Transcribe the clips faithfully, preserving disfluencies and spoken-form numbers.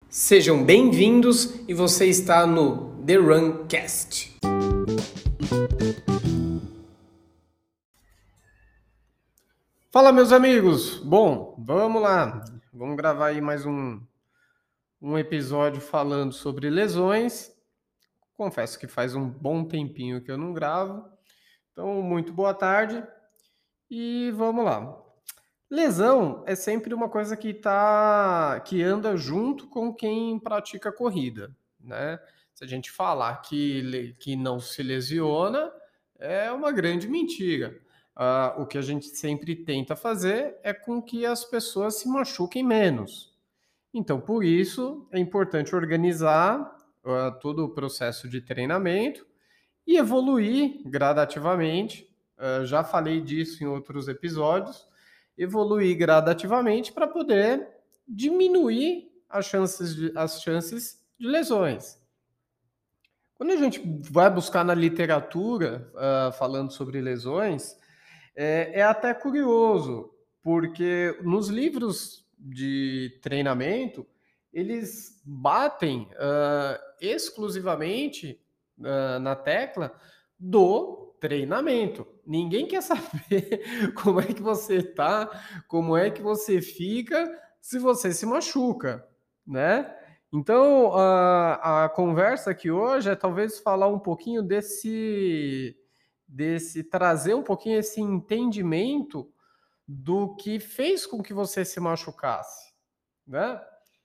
Sejam bem-vindos e você está no The Runcast. Fala, meus amigos! Bom, vamos lá. Vamos gravar aí mais um, um episódio falando sobre lesões. Confesso que faz um bom tempinho que eu não gravo. Então, muito boa tarde e vamos lá. Lesão é sempre uma coisa que tá, que anda junto com quem pratica corrida, né? Se a gente falar que, le- que não se lesiona, é uma grande mentira. Ah, o que a gente sempre tenta fazer é com que as pessoas se machuquem menos. Então, por isso, é importante organizar ah, todo o processo de treinamento e evoluir gradativamente. Uh, já falei disso em outros episódios. Evoluir gradativamente para poder diminuir as chances de, as chances de lesões. Quando a gente vai buscar na literatura uh, falando sobre lesões, é, é até curioso, porque nos livros de treinamento eles batem uh, exclusivamente uh, na tecla do treinamento. Ninguém quer saber como é que você tá, como é que você fica se você se machuca, né? Então, a, a conversa aqui hoje é talvez falar um pouquinho desse, desse, trazer um pouquinho esse entendimento do que fez com que você se machucasse, né?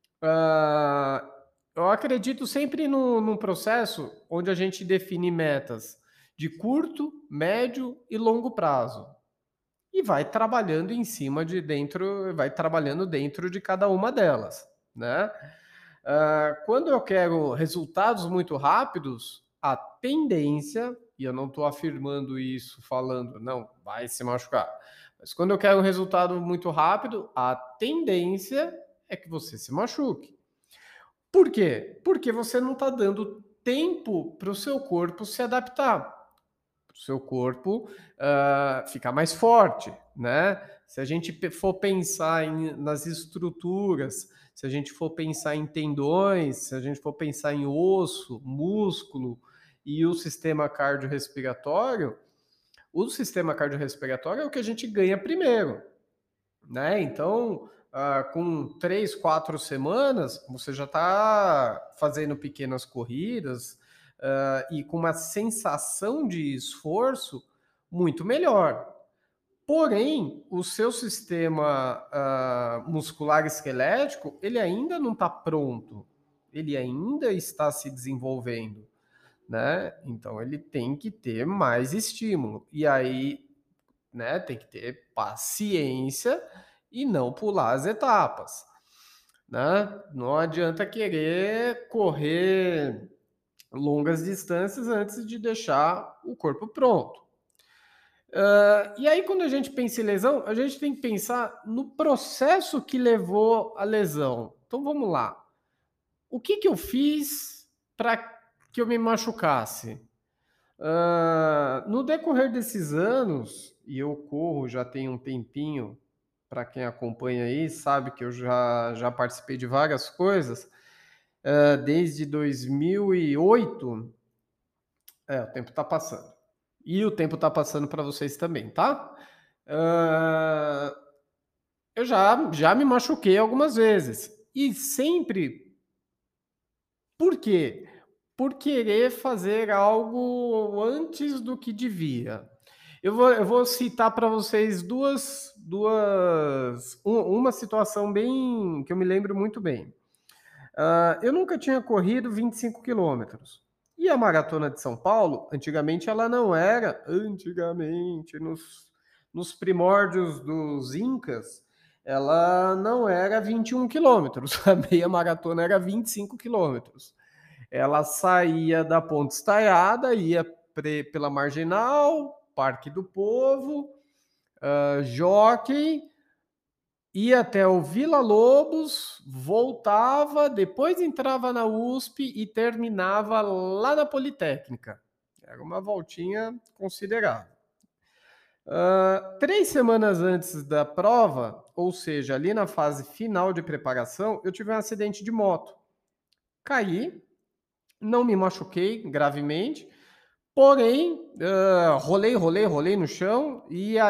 Ah, eu acredito sempre no, num processo onde a gente define metas de curto, médio e longo prazo e vai trabalhando em cima de dentro, vai trabalhando dentro de cada uma delas, né? Ah, quando eu quero resultados muito rápidos, a tendência, e eu não estou afirmando isso falando, não, vai se machucar, mas quando eu quero um resultado muito rápido, a tendência é que você se machuque. Por quê? Porque você não está dando tempo para o seu corpo se adaptar, para o seu corpo uh, ficar mais forte, né? Se a gente for pensar em, nas estruturas, se a gente for pensar em tendões, se a gente for pensar em osso, músculo e o sistema cardiorrespiratório, o sistema cardiorrespiratório é o que a gente ganha primeiro, né? Então, ah, com três, quatro semanas, você já está fazendo pequenas corridas ah, e com uma sensação de esforço muito melhor. Porém, o seu sistema ah, muscular esquelético, ele ainda não está pronto. Ele ainda está se desenvolvendo, né? Então, ele tem que ter mais estímulo. E aí, né, tem que ter paciência e não pular as etapas, né? Não adianta querer correr longas distâncias antes de deixar o corpo pronto. Uh, e aí, quando a gente pensa em lesão, a gente tem que pensar no processo que levou à lesão. Então, vamos lá. O que, que eu fiz para que eu me machucasse? Uh, no decorrer desses anos, e eu corro já tem um tempinho, para quem acompanha aí, sabe que eu já, já participei de várias coisas, uh, desde dois mil e oito, é, o tempo está passando. E o tempo está passando para vocês também, tá? Uh, eu já, já me machuquei algumas vezes. E sempre. Por quê? Por querer fazer algo antes do que devia. Eu vou, eu vou citar para vocês duas, duas um, uma situação bem que eu me lembro muito bem. Uh, eu nunca tinha corrido vinte e cinco quilômetros. E a maratona de São Paulo, antigamente ela não era, antigamente, nos, nos primórdios dos Incas, ela não era vinte e um quilômetros. A meia maratona era vinte e cinco quilômetros. Ela saía da Ponte Estaiada, ia pre, pela Marginal, Parque do Povo, uh, Jockey, ia até o Vila Lobos, voltava, depois entrava na U S P e terminava lá na Politécnica. Era uma voltinha considerável. Uh, três semanas antes da prova, ou seja, ali na fase final de preparação, eu tive um acidente de moto. caí, não me machuquei gravemente, porém, hã, rolei, rolei, rolei no chão e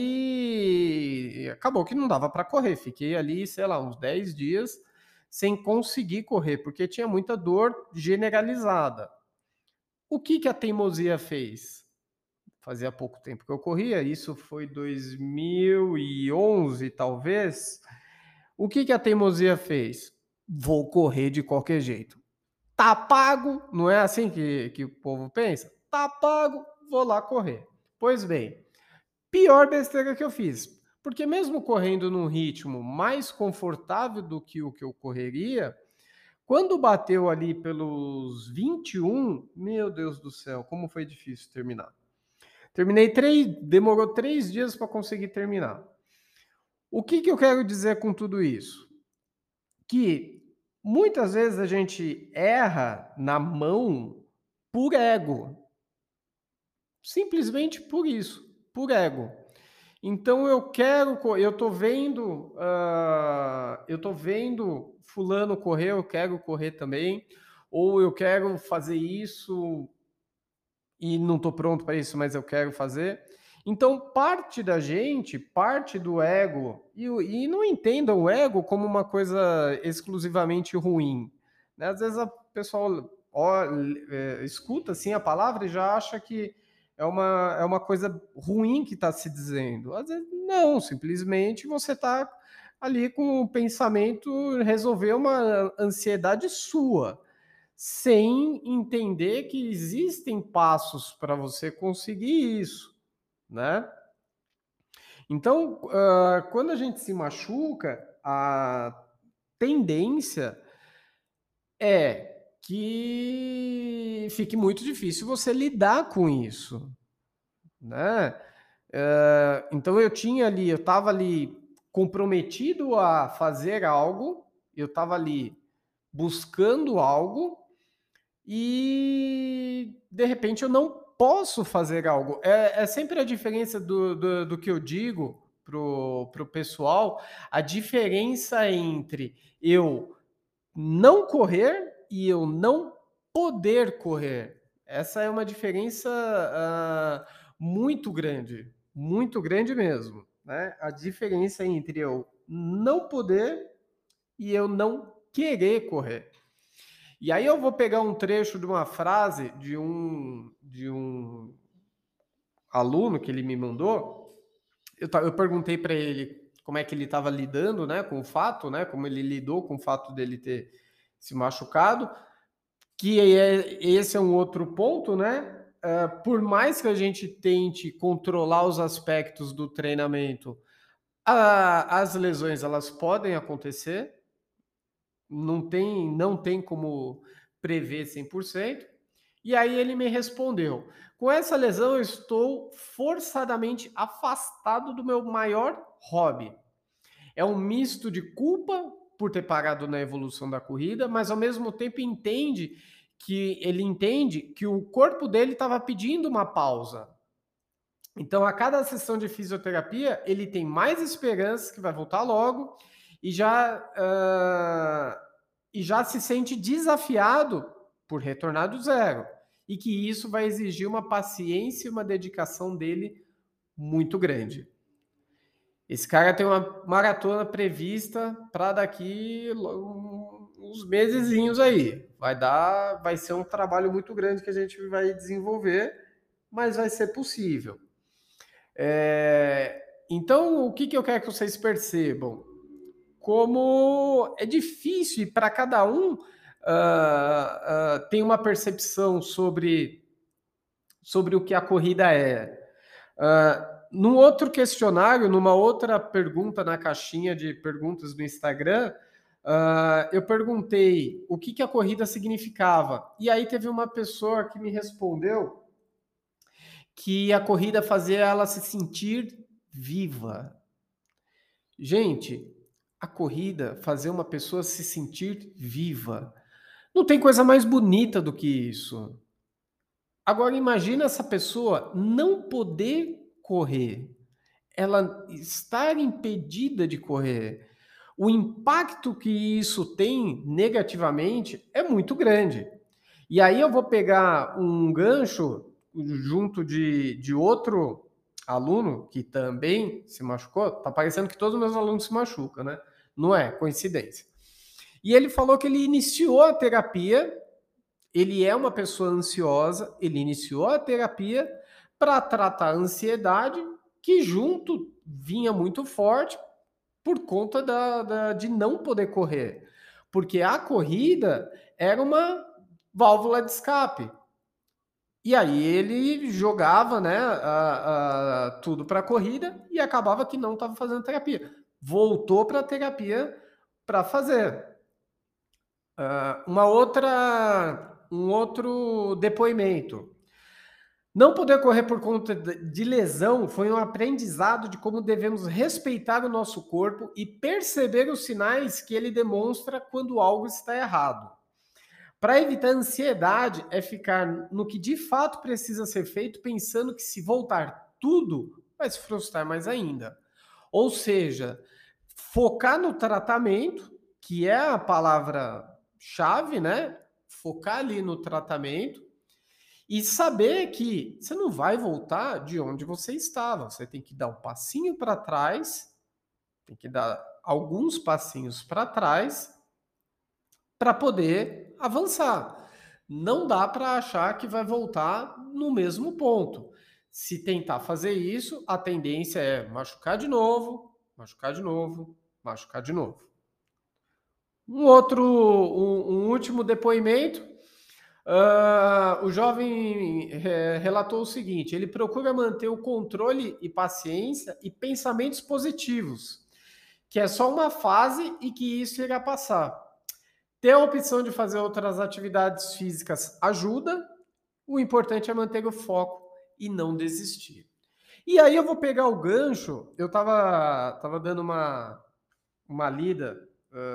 aí acabou que não dava para correr. Fiquei ali, sei lá, uns dez dias sem conseguir correr, porque tinha muita dor generalizada. O que que a teimosia fez? Fazia pouco tempo que eu corria, isso foi dois mil e onze talvez. O que que a teimosia fez? Vou correr de qualquer jeito. Tá pago, não é assim que, que o povo pensa? Tá pago, vou lá correr. Pois bem, pior besteira que eu fiz. Porque mesmo correndo num ritmo mais confortável do que o que eu correria, quando bateu ali pelos vinte e um, meu Deus do céu, como foi difícil terminar. Terminei três, demorou três dias para conseguir terminar. O que, que eu quero dizer com tudo isso? Que muitas vezes a gente erra na mão por ego. Simplesmente por isso, por ego. Então eu quero, eu tô vendo, uh, eu tô vendo fulano correr, eu quero correr também, ou eu quero fazer isso e não estou pronto para isso, mas eu quero fazer. Então, parte da gente, parte do ego, e, e não entendam o ego como uma coisa exclusivamente ruim. Né? Às vezes a pessoa ó, é, escuta assim a palavra e já acha que é uma, é uma coisa ruim que está se dizendo. Às vezes, não, simplesmente você está ali com o pensamento resolver uma ansiedade sua sem entender que existem passos para você conseguir isso, né? Então, uh, quando a gente se machuca, a tendência é que fique muito difícil você lidar com isso, né? Uh, então eu tinha ali, eu estava ali comprometido a fazer algo, eu estava ali buscando algo e de repente eu não posso fazer algo. É, é sempre a diferença do, do, do que eu digo pro, pro pessoal, a diferença entre eu não correr e eu não poder correr. Essa é uma diferença uh, muito grande, muito grande mesmo. Né? A diferença entre eu não poder e eu não querer correr. E aí eu vou pegar um trecho de uma frase de um, de um aluno que ele me mandou. Eu, eu perguntei para ele como é que ele estava lidando, né, com o fato, né, como ele lidou com o fato dele ter se machucado, que é, esse é um outro ponto, né? Uh, por mais que a gente tente controlar os aspectos do treinamento, a, as lesões elas podem acontecer, não tem, não tem como prever cem por cento. E aí ele me respondeu: com essa lesão eu estou forçadamente afastado do meu maior hobby. É um misto de culpa por ter parado na evolução da corrida, mas ao mesmo tempo entende que ele entende que o corpo dele estava pedindo uma pausa. Então, a cada sessão de fisioterapia, ele tem mais esperança que vai voltar logo e já, uh, e já se sente desafiado por retornar do zero. E que isso vai exigir uma paciência e uma dedicação dele muito grande. Esse cara tem uma maratona prevista para daqui uns mesezinhos aí. Vai dar, vai ser um trabalho muito grande que a gente vai desenvolver, mas vai ser possível. É, então, o que, que eu quero que vocês percebam? Como é difícil e para cada um uh, uh, tem uma percepção sobre, sobre o que a corrida é. Uh, num outro questionário, numa outra pergunta na caixinha de perguntas do Instagram, uh, eu perguntei o que, que a corrida significava. E aí teve uma pessoa que me respondeu que a corrida fazia ela se sentir viva. Gente, a corrida fazia uma pessoa se sentir viva. Não tem coisa mais bonita do que isso. Agora imagina essa pessoa não poder correr, ela estar impedida de correr. o impacto que isso tem negativamente é muito grande. E aí eu vou pegar um gancho junto de, de outro aluno que também se machucou. Tá parecendo que todos os meus alunos se machucam, né? Não é coincidência. E ele falou que ele iniciou a terapia, ele é uma pessoa ansiosa, ele iniciou a terapia para tratar a ansiedade, que junto vinha muito forte por conta da, da, de não poder correr. Porque a corrida era uma válvula de escape. E aí ele jogava, né, a, a, tudo para a corrida e acabava que não estava fazendo terapia. Voltou para a terapia para fazer. Uh, uma outra, um outro depoimento. Não poder correr por conta de lesão foi um aprendizado de como devemos respeitar o nosso corpo e perceber os sinais que ele demonstra quando algo está errado. Para evitar ansiedade é ficar no que de fato precisa ser feito, pensando que se voltar tudo, vai se frustrar mais ainda. Ou seja, focar no tratamento, que é a palavra-chave, né? Focar ali no tratamento e saber que você não vai voltar de onde você estava. Você tem que dar um passinho para trás, tem que dar alguns passinhos para trás para poder avançar. Não dá para achar que vai voltar no mesmo ponto. Se tentar fazer isso, a tendência é machucar de novo, machucar de novo, machucar de novo. Um outro, um, um último depoimento. Uh, o jovem é, relatou o seguinte: ele procura manter o controle e paciência e pensamentos positivos, que é só uma fase e que isso irá passar. Ter a opção de fazer outras atividades físicas ajuda, o importante é manter o foco e não desistir. E aí eu vou pegar o gancho, eu estava tava dando uma, uma lida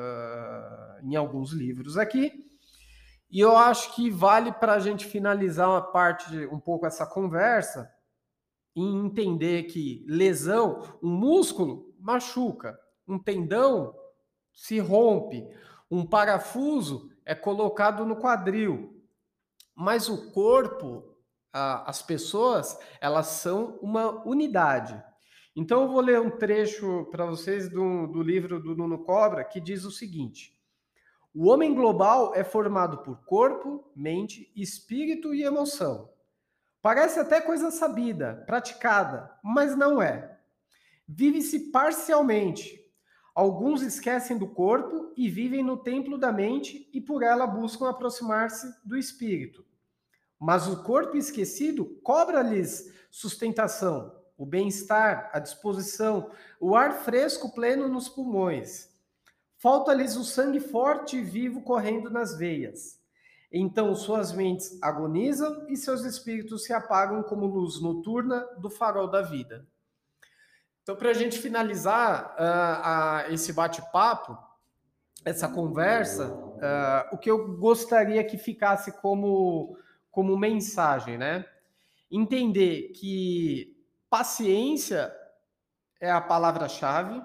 uh, em alguns livros aqui, e eu acho que vale para a gente finalizar uma parte, um pouco essa conversa, e entender que lesão, um músculo machuca, um tendão se rompe, um parafuso é colocado no quadril, mas o corpo, as pessoas, elas são uma unidade. Então eu vou ler um trecho para vocês do, do livro do Nuno Cobra, que diz o seguinte: o homem global é formado por corpo, mente, espírito e emoção. Parece até coisa sabida, praticada, mas não é. Vive-se parcialmente. Alguns esquecem do corpo e vivem no templo da mente e por ela buscam aproximar-se do espírito. Mas o corpo esquecido cobra-lhes sustentação, o bem-estar, a disposição, o ar fresco pleno nos pulmões. Falta-lhes o sangue forte e vivo correndo nas veias. Então suas mentes agonizam e seus espíritos se apagam como luz noturna do farol da vida. Então, para a gente finalizar uh, uh, esse bate-papo, essa conversa, uh, o que eu gostaria que ficasse como, como mensagem, né? Entender que paciência é a palavra-chave,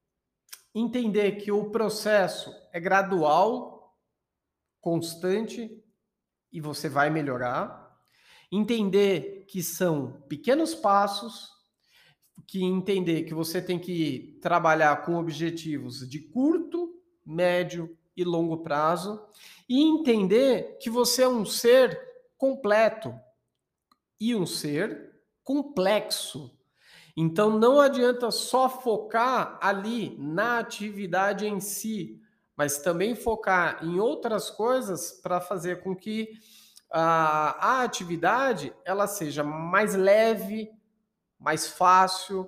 entender que o processo é gradual, constante, e você vai melhorar, entender que são pequenos passos, que entender que você tem que trabalhar com objetivos de curto, médio e longo prazo e entender que você é um ser completo e um ser complexo. Então não adianta só focar ali na atividade em si, mas também focar em outras coisas para fazer com que a, a atividade ela seja mais leve, mais fácil,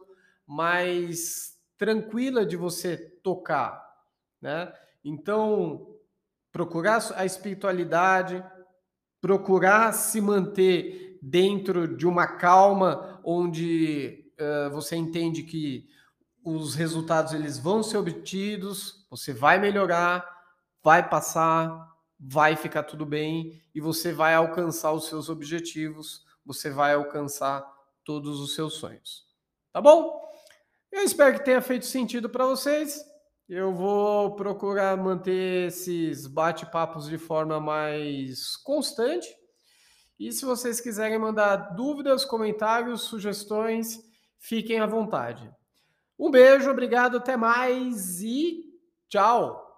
mais tranquila de você tocar, né? Então, procurar a espiritualidade, procurar se manter dentro de uma calma onde uh, você entende que os resultados eles vão ser obtidos, você vai melhorar, vai passar, vai ficar tudo bem e você vai alcançar os seus objetivos, você vai alcançar todos os seus sonhos. Tá bom? Eu espero que tenha feito sentido para vocês. Eu vou procurar manter esses bate-papos de forma mais constante. E se vocês quiserem mandar dúvidas, comentários, sugestões, fiquem à vontade. Um beijo, obrigado, até mais e tchau!